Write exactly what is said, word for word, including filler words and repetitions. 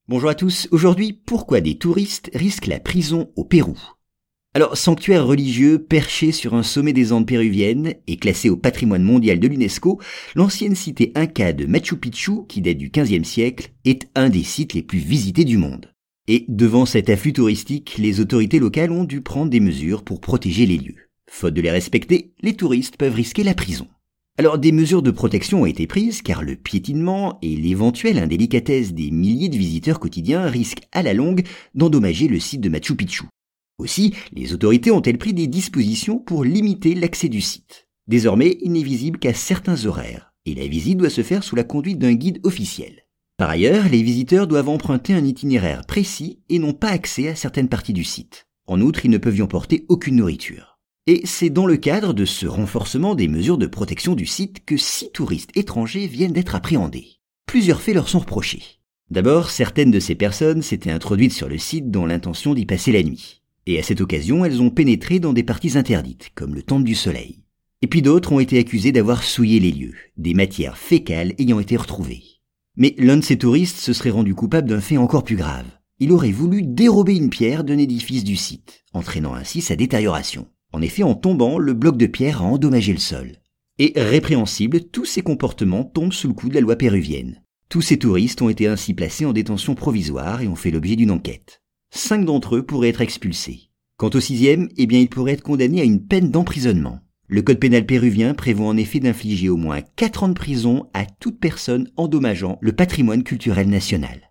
Bonjour à tous, aujourd'hui, pourquoi des touristes risquent la prison au Pérou? Alors, sanctuaire religieux perché sur un sommet des Andes péruviennes et classé au patrimoine mondial de l'UNESCO, l'ancienne cité inca de Machu Picchu, qui date du quinzième siècle, est un des sites les plus visités du monde. Et devant cet afflux touristique, les autorités locales ont dû prendre des mesures pour protéger les lieux. Faute de les respecter, les touristes peuvent risquer la prison. Alors des mesures de protection ont été prises car le piétinement et l'éventuelle indélicatesse des milliers de visiteurs quotidiens risquent à la longue d'endommager le site de Machu Picchu. Aussi, les autorités ont-elles pris des dispositions pour limiter l'accès du site. Désormais, il n'est visible qu'à certains horaires et la visite doit se faire sous la conduite d'un guide officiel. Par ailleurs, les visiteurs doivent emprunter un itinéraire précis et n'ont pas accès à certaines parties du site. En outre, ils ne peuvent y emporter aucune nourriture. Et c'est dans le cadre de ce renforcement des mesures de protection du site que six touristes étrangers viennent d'être appréhendés. Plusieurs faits leur sont reprochés. D'abord, certaines de ces personnes s'étaient introduites sur le site dans l'intention d'y passer la nuit. Et à cette occasion, elles ont pénétré dans des parties interdites, comme le Temple du Soleil. Et puis d'autres ont été accusés d'avoir souillé les lieux, des matières fécales ayant été retrouvées. Mais l'un de ces touristes se serait rendu coupable d'un fait encore plus grave. Il aurait voulu dérober une pierre d'un édifice du site, entraînant ainsi sa détérioration. En effet, en tombant, le bloc de pierre a endommagé le sol. Et répréhensibles, tous ces comportements tombent sous le coup de la loi péruvienne. Tous ces touristes ont été ainsi placés en détention provisoire et ont fait l'objet d'une enquête. Cinq d'entre eux pourraient être expulsés. Quant au sixième, eh bien, il pourrait être condamné à une peine d'emprisonnement. Le code pénal péruvien prévoit en effet d'infliger au moins quatre ans de prison à toute personne endommageant le patrimoine culturel national.